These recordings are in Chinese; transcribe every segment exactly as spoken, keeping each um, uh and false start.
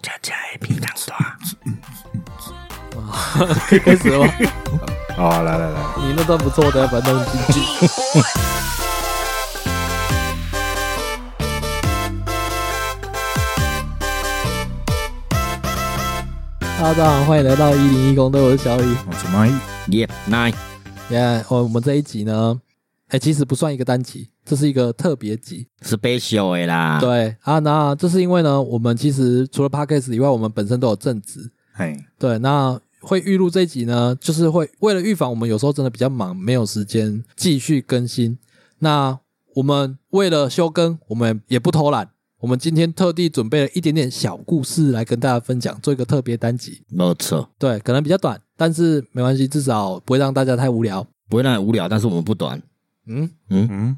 恰恰的鼻当大。 可以开始了吗？ 好，来来来， 你那段不错的，把它弄进去。大家好，欢迎来到一零一公队，我是小李。 我是麦耶，来， 耶、yeah, 哦，我们这一集呢，哎，其实不算一个单集，这是一个特别集。 special 的啦。 对啊，那这是因为呢，我们其实除了 podcast 以外，我们本身都有正职。 嘿， 对，那会预录这一集呢，就是会为了预防我们有时候真的比较忙，没有时间继续更新。那我们为了休更，我们也不偷懒。我们今天特地准备了一点点小故事来跟大家分享，做一个特别单集。 没错， 对，可能比较短，但是没关系，至少不会让大家太无聊。 不会让你无聊，但是我们不短。 嗯嗯嗯，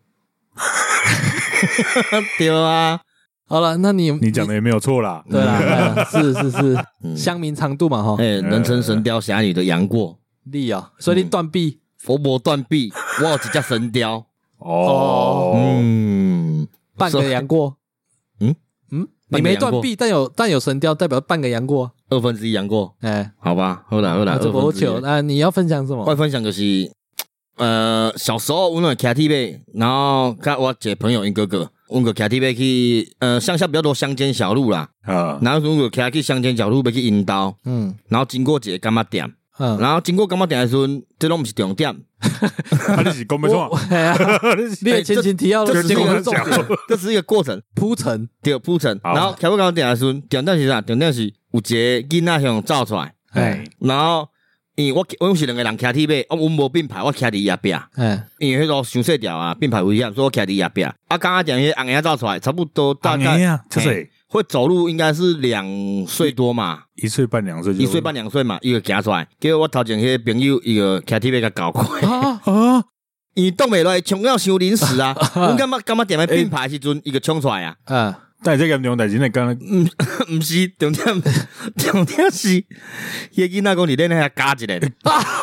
对啊， 好了，那你你讲的也没有错啦。 对啦，对啦是是是， 嗯乡民长度嘛哈。 哎、欸，人称神雕侠侣的杨过， 力啊，所以你断臂， 佛魔断臂，我有一只神雕。 哦， 嗯， 半个杨过。 嗯嗯，你没断臂，但有但有神雕，代表半个杨过， 二分之一杨过。哎、欸，好吧，好啦好啦， 这不糗。那你要分享什么？ 我分享就是，呃，小时候我那骑铁马，然后跟我一个朋友因哥哥，我个骑铁马去，呃，乡下比较多乡间小路啦，啊，然后我个骑去乡间小路要去引导，嗯，然后经过一个柑仔店，嗯，然后经过柑仔店的时候，这拢不是重点。 啊、你是讲没错， 你的前情提要的这是一个重点，这是一个过程铺陈， 对铺陈。然后骑过柑仔店的时候，重点是啥？重点是有一个囡仔向走出来，哎，然后因为我我是两个人骑铁马，我无并排，我骑伫伊后壁，哎，因为迄个伤细条啊，并排危险，所以我骑伫伊后壁。啊，刚刚讲迄红爷走出来，差不多大概啊，这是会走路，应该是两岁多嘛， 一岁半两岁， 一岁半两岁嘛，伊个行出来，结果我头前迄个朋友伊个骑铁马甲搞快啊啊！伊挡袂落，冲了伤临时啊！阮感觉感觉踮咧并排时阵，伊个冲出来啊！ 嗯，但这严重代志呢，刚刚嗯，毋是重点，重点是迄个囡仔讲伫恁遐加一个，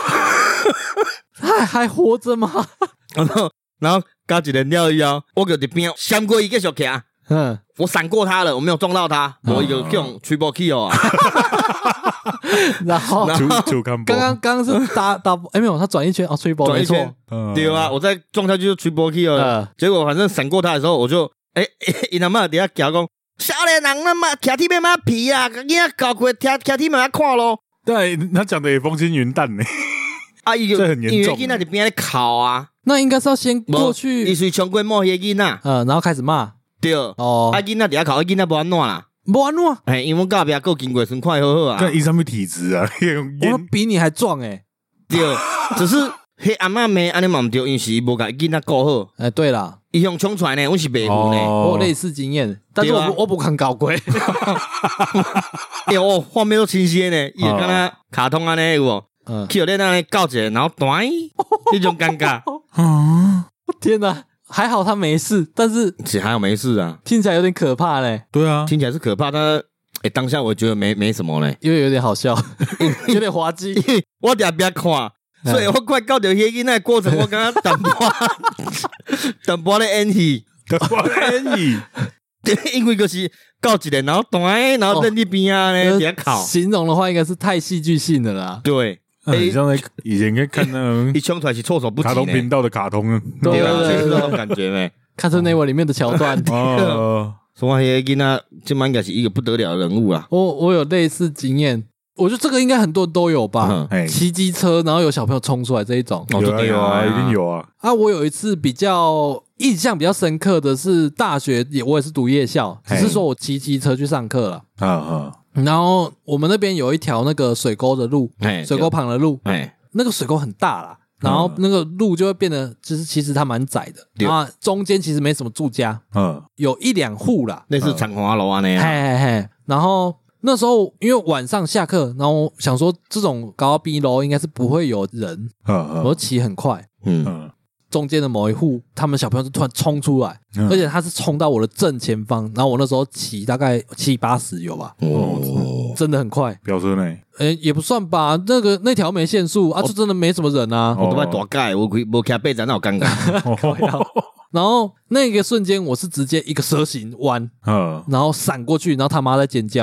还还活着吗？ 然后然后加一个了以后，我就伫边闪过伊继续骑。嗯，我闪过他了，我没有撞到他，我有用 triple kill 啊。 然后，刚刚刚刚是打打，哎没有，他转一圈啊 ，triple 转一圈，对啊，我再撞下去就 triple kill 了。结果反正闪过他的时候，我就哎，伊他妈底下讲讲，少年人他妈骑铁马皮啊，人家搞过骑骑铁马看咯。 对，他讲的也风轻云淡呢。 啊，伊这很严重， 因为囡仔伫边咧哭啊， 那应该是要先过去， 伊是冲过摸迄个囡仔， 嗯，然后开始骂。 对，哦，啊，囡仔伫遐哭，啊，囡仔无安怎啦？ 无安怎？ 哎，因为我隔壁够经过，算看好好啊。 跟伊什么体质啊？ 我比你还壮哎！ 对，只是迄阿嬷骂安尼嘛毋对，因为是伊无甲囡仔顾好。 哎，对啦， 伊向冲出来呢，阮是白虎呢， 我有类似经验，但是我我不敢搞鬼。 哎呦，画面都清晰呢，伊敢若卡通安尼有无？嗯，去互恁安尼教一个，然后断，那种尴尬。 啊！天哪！还好他没事，但是其实还好没事啊， 听起来有点可怕嘞。 对啊， 听起来是可怕，但是诶，当下我觉得没没什么嘞， 因为有点好笑，有点滑稽。 我伫边看，所以我快到着迄个那过程，我刚刚淡薄淡薄咧演戏， 淡薄咧演戏， 因为就是告一个，然后断，然后在那边啊咧，伫遐考。 形容的话，应该是太戏剧性的啦。 对。 你像在以前可以看那种一冲出来是措手不及， 卡通频道的卡通啊， 对啊，就是那种感觉没。 看出那位里面的桥段哦，说话迄个囡仔，这应该是一个不得了的人物啊。 我我有类似经验，我觉得这个应该很多人都有吧。骑机车，然后有小朋友冲出来这一种， 有啊有啊，一定有啊。 啊，我有一次比较印象比较深刻的是大学也我也是读夜校，只是说我骑机车去上课了。啊啊。然后我们那边有一条那个水沟的路，水沟旁的路，那个水沟很大啦，然后那个路就会变得，就是其实它蛮窄的，然后中间其实没什么住家，嗯，有一两户啦， 类似长华楼啊那样， 嘿嘿嘿。然后那时候因为晚上下课，然后想说这种高逼楼应该是不会有人，我就骑很快，嗯。中间的某一户，他们小朋友就突然冲出来，嗯、而且他是冲到我的正前方，然后我那时候骑大概七八十有吧，哦，真的很快， 飙车呢？ 诶、欸，也不算吧，那个那条没限速啊，就真的没什么人啊， 我都快大盖，我可以我骑背站那好尴尬。 然后那个瞬间，我是直接一个蛇形弯，嗯，然后闪过去，然后他妈在尖叫。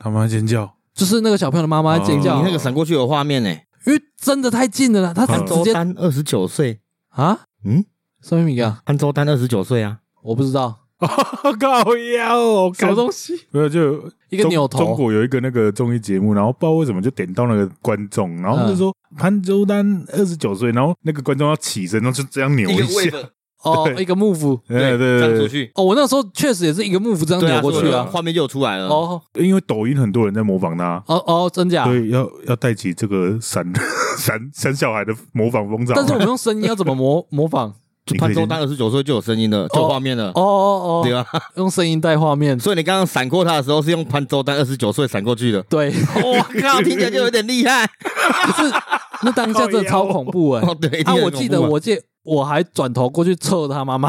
他妈尖叫， 就是那个小朋友的妈妈在尖叫， 你那个闪过去的画面呢？因为真的太近了啦，他直接丹二十九岁啊，嗯，什么名啊？ 安周丹二十九岁啊， 我不知道。 靠腰， 什么东西？ 没有，就一个扭头。 中国有一个那个综艺节目，然后不知道为什么就点到那个观众，然后就说、嗯、潘周丹二十九岁，然后那个观众要起身，然后就这样扭一下。 哦，一个 move， 对对对， 站出去。 哦，我那时候确实也是一个 move 这样扭过去啊， 画面就有出来了。 哦，因为抖音很多人在模仿他。 哦哦，真假？ 对，要要带起这个闪闪闪小孩的模仿风潮。 但是我们用声音要怎么模模仿？ 就潘周丹二十九岁就有声音的，就有画面了。 哦哦哦， 对吧？ 用声音带画面。 所以你刚刚闪过他的时候是用潘周丹二十九岁闪过去的。 对， 我靠，听起来就有点厉害。 可是那当下真的超恐怖哎、欸！ 哦，对， 啊，我记得我记我还转头过去揍他妈妈，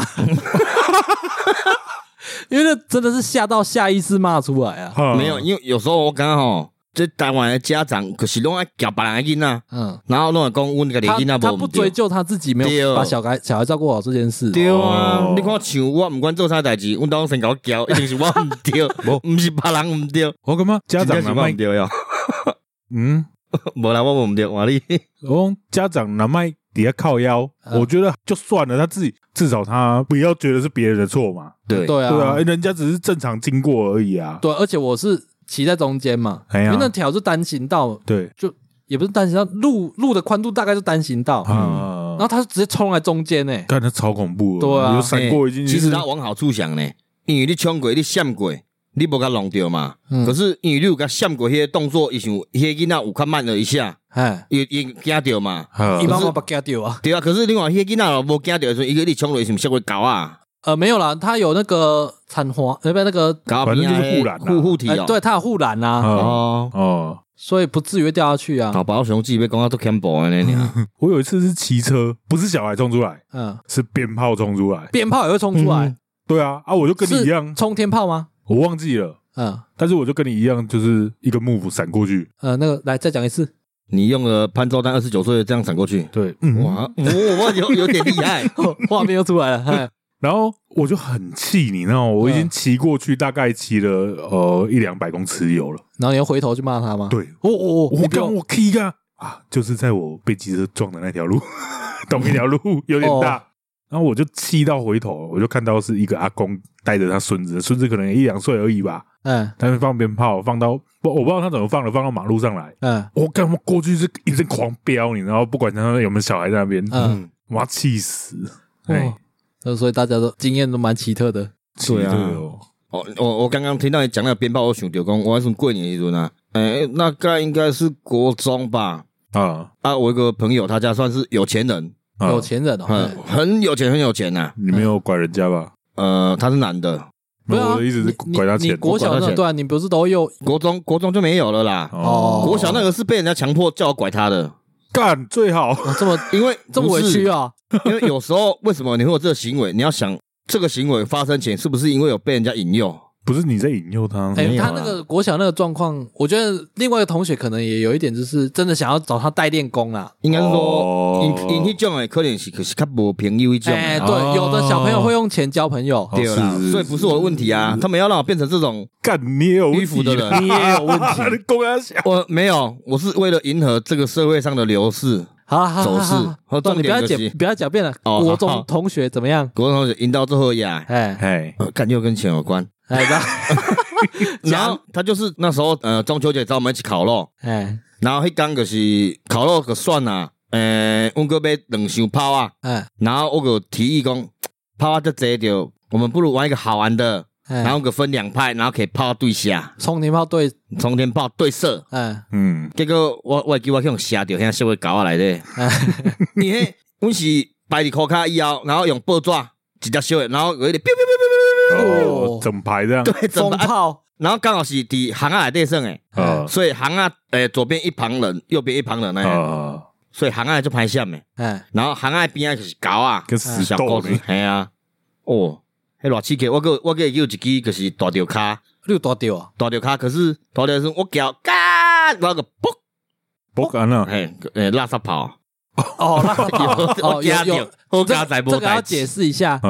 因为那真的是吓到下意识骂出来啊。 没有，因为有时候我刚刚吼。这台湾的家长可是拢爱教别人的囡仔，嗯，然后拢会讲阮个囡仔无， 他不追究他自己没有把小孩小孩照顾好这件事。 对啊，你看像我唔管做啥代志，阮当先搞教，一定是我唔对，唔是别人唔对。 我感觉家长哪卖唔对呀？嗯，无啦，我唔对，话你。 我家长哪卖底下靠腰，我觉得就算了，他自己至少他不要觉得是别人的错嘛。 对对啊， 对啊，人家只是正常经过而已啊。 对，而且我是。骑在中间嘛，因为那条是单行道， 对， 就也不是单行道，路路的宽度大概是单行道，嗯，然后他就直接冲来中间呢， 干，那超恐怖， 对啊， 有闪过已经。 其实他往好处想呢，因为你冲过，你闪过，你无甲弄掉嘛，可是因为你有甲闪过，迄个动作，伊想，迄个囡仔有较慢了一下，哎，伊伊惊到嘛， 伊妈妈不惊到啊， 对啊，可是另外迄个囡仔无惊到的时候，伊个你冲落去是不是会搞啊？ 呃，没有啦，它有那个铲花，那边那个， 反正就是护栏护护体哦， 对，它有护栏啊，哦哦，所以不至于会掉下去啊。 好，保熊自己被讲到都 campbell 的那我有一次是骑车，不是小孩冲出来，嗯，是鞭炮冲出来， 鞭炮也会冲出来， 对啊，啊，我就跟你一样， 冲天炮吗？ 我忘记了，嗯，但是我就跟你一样，就是一个 move 闪过去， 呃，那个来再讲一次。 你用了潘周丹二十九岁这样闪过去， 对， 哇，我有有点厉害， 画面又出来了。 然后我就很气你，知道吗？我已经骑过去，大概骑了呃一两百公尺有了。 然后你要回头去骂他吗？ 对，我我我刚我 K 啊啊，就是在我被机车撞的那条路，同一条路有点大。然后我就气到回头，我就看到是一个阿公带着他孙子，孙子可能一两岁而已吧。嗯，但是放鞭炮放到我我不知道他怎么放的，放到马路上来。嗯，我干我过去是一阵狂飙，你知道，不管他有没有小孩在那边，嗯，我要气死。哎。 所以大家都经验都蛮奇特的， 对啊。哦，我我刚刚听到你讲那个鞭炮，我想到讲，我还是过年的时候呢，哎，那个应该是国中吧？啊啊，我一个朋友，他家算是有钱人， 有钱人哦， 嗯，很有钱，很有钱呐。 你没有拐人家吧？ 呃，他是男的， 没有，我的意思是拐他钱。 你国小那段，你不是都有？ 国中国中就没有了啦。哦，国小那个是被人家强迫叫我拐他的。 干最好， 这么因为这么委屈啊！ 因为有时候为什么你会有这个行为？你要想这个行为发生前是不是因为有被人家引诱？ 不是你在引诱他， 哎、欸，他那个国小那个状况，我觉得另外一个同学可能也有一点，就是真的想要找他代练功啦。 应该是说，因因那种的可能是可是较无朋友一种。 哎、欸，对，哦、有的小朋友会用钱交朋友， 对啦，所以不是我的问题啊。他们要让我变成这种干你也有迂腐的人， 你也有问题。 我没有，我是为了迎合这个社会上的流势。 好好走势， 好，你不要讲，不要狡辩了。国中同学怎么样？ 国中同学引导最后呀，哎哎，干又跟钱有关。哎，然后他就是那时候呃中秋节找我们一起烤肉，哎，然后迄天就是烤肉个算啦，诶，我个买两箱炮啊，哎，然后我个提议讲炮啊就这着，我们不如玩一个好玩的。然后个分两派，然后可以炮对下， 冲天炮对冲天炮对射，嗯嗯，结果我我记我去用射掉，现在社会搞下来的，你迄阮是摆伫裤骹以后，然后用报纸直接烧的，然后有一点， 哦，整排这样， 对， 风炮， 然后刚好是伫行啊内底算诶，所以行啊诶左边一旁人，右边一旁人呢，所以行啊就排线诶，然后行啊边啊就是搞啊， 跟死斗呢， 系啊，哦。迄偌刺激，我个我个有一支就是大吊卡， 你有大吊啊？ 大吊卡，可是大吊是我叫干，我个啵啵干了， 嘿，诶，垃圾炮， 哦，垃圾炮，哦，有有， 我加载波， 这个要解释一下，嗯，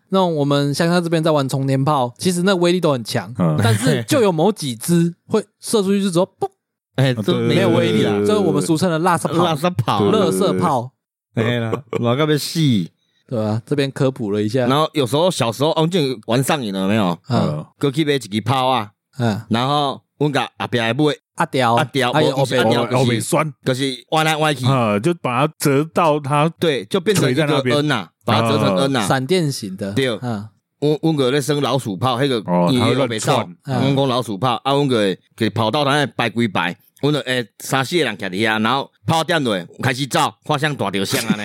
那种我们乡下这边在玩冲天炮，其实那威力都很强，嗯、但是就有某几支会射出去就之后嘣， 哎，这没有威力啦， 这是我们俗称的垃圾炮、 垃圾炮、 垃圾炮。 哎啦，老个别死， 对啊，这边科普了一下。 然后有时候小时候，我们就玩上瘾了没有？嗯，过去买一支炮啊，嗯，然后我甲阿伯买阿雕阿雕， 还有阿雕， 后面酸， 就是歪来歪去啊，就把它折到它， 对，就变成一个 N 呐，把它折成 N 呐， 闪电型的。 对，嗯，我我个咧生老鼠炮，迄个伊后袂走，我讲老鼠炮，啊，我个给跑到他摆几摆。我就诶，三四个人徛伫遐，然后炮点落，开始走，画像大条像啊呢。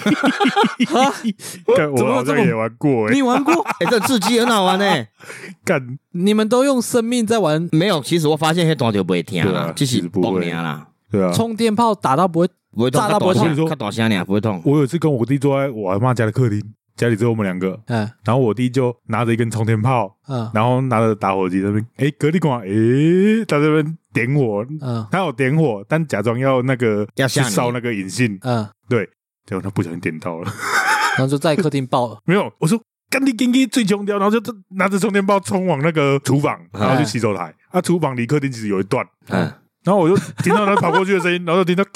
我好像也玩过， 你玩过？ 诶，这刺激很好玩呢。 干， 你们都用生命在玩？ 没有，其实我发现迄大条不会听啦，只是爆尔啦。 对啊， 充电炮打到不会， 不会痛， 炸到不会痛， 较大声尔不会痛。 我有一次跟我弟坐在我阿嬷家的客厅。家里只有我们两个，嗯，然后我弟就拿着一根冲天炮，嗯，然后拿着打火机那边，哎，隔壁光，哎，在这边点火，嗯，他有点火，但假装要那个要去烧那个引信， 嗯， 对，结果他不小心点到了， 然后就在客厅爆了， 没有，我说干你给你最穷掉，然后就拿着充电炮冲往那个厨房，然后去洗手台，啊，厨房离客厅其实有一段，嗯，然后我就听到他跑过去的声音，然后就听到，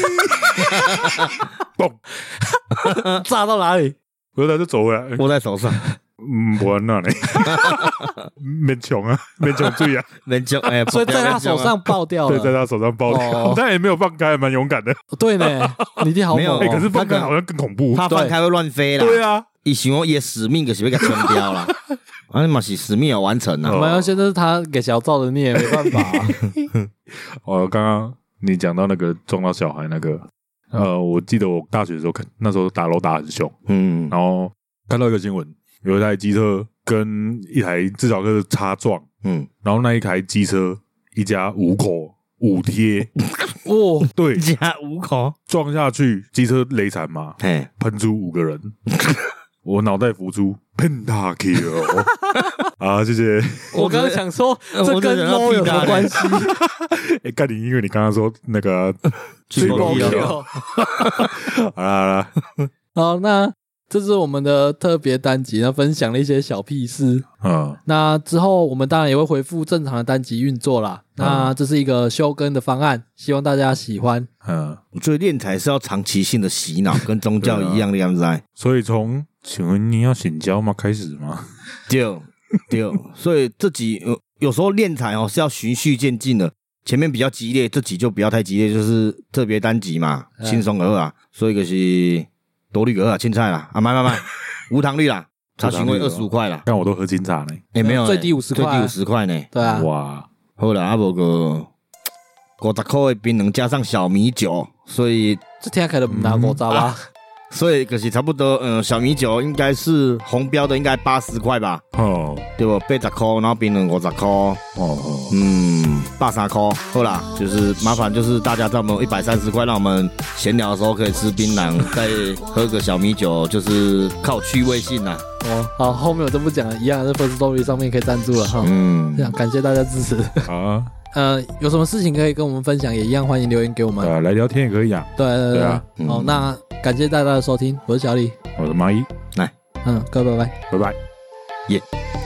嘣，炸到哪里？ 然后他就走回来， 握在手上。 嗯，不那呢，免穷啊，免穷罪啊， 免穷哎， 所以在他手上爆掉了， 对，在他手上爆掉，但也没有放开，还蛮勇敢的。 对呢，你弟好猛， 哎，可是放开好像更恐怖， 他放开会乱飞啦。 对啊， 伊想讲伊的使命就是要给冲掉啦，啊，嘛是使命有完成啦。 没有，现在是他给小赵的，你也没办法。 哦，刚刚你讲到那个撞到小孩那个。呃，我记得我大学的时候看，那时候打楼打很凶，嗯，然后看到一个新闻，有一台机车跟一台自小客擦撞，嗯，然后那一台机车一家五口五贴， 哦， 对， 一家五口撞下去，机车雷惨嘛，嘿，喷出五个人，我脑袋浮出 Pentakill 啊，谢谢。 我刚刚想说，这跟 low 有什么关系？ 哎，干你，因为你刚刚说那个最爆料， 好啦好啦， 好，那这是我们的特别单集，那分享了一些小屁事。嗯，那之后我们当然也会恢复正常的单集运作啦。那这是一个休更的方案，希望大家喜欢。 嗯，我觉得练才是要长期性的洗脑，跟宗教一样的样子。 所以从请问你要醒教吗开始吗？ 对对，所以这集有有时候练才哦是要循序渐进的。前面比较激烈，这集就不要太激烈，就是特别单集嘛，轻松而啊。所以就是多绿个青菜啦，啊，买买买，无糖绿啦，茶询问二十五块啦。 但我都喝金茶呢， 也没有最低五十块， 最低五十块呢。 对啊， 哇， 好啦，啊无个五十块的槟榔加上小米酒，所以这听起来都不拿五十吧。 所以可是差不多，嗯，小米酒应该是红标的，应该八十块吧？哦，对不？八十块，然后槟榔五十块，哦哦，嗯，八三块，好啦，就是麻烦，就是大家在我们一百三十块，让我们闲聊的时候可以吃槟榔，再喝个小米酒，就是靠趣味性啦。 哦，好，后面我就不讲了，一样在 Firstory 上面可以赞助了哈。嗯，这样感谢大家支持。 好啊。 呃，有什么事情可以跟我们分享，也一样欢迎留言给我们。 呃，来聊天也可以啊。 对对 对, 对啊。 嗯、 好，那感谢大家的收听，我是小李， 我是蚂蚁， 来， 嗯，各位拜拜， 拜拜， 耶。Yeah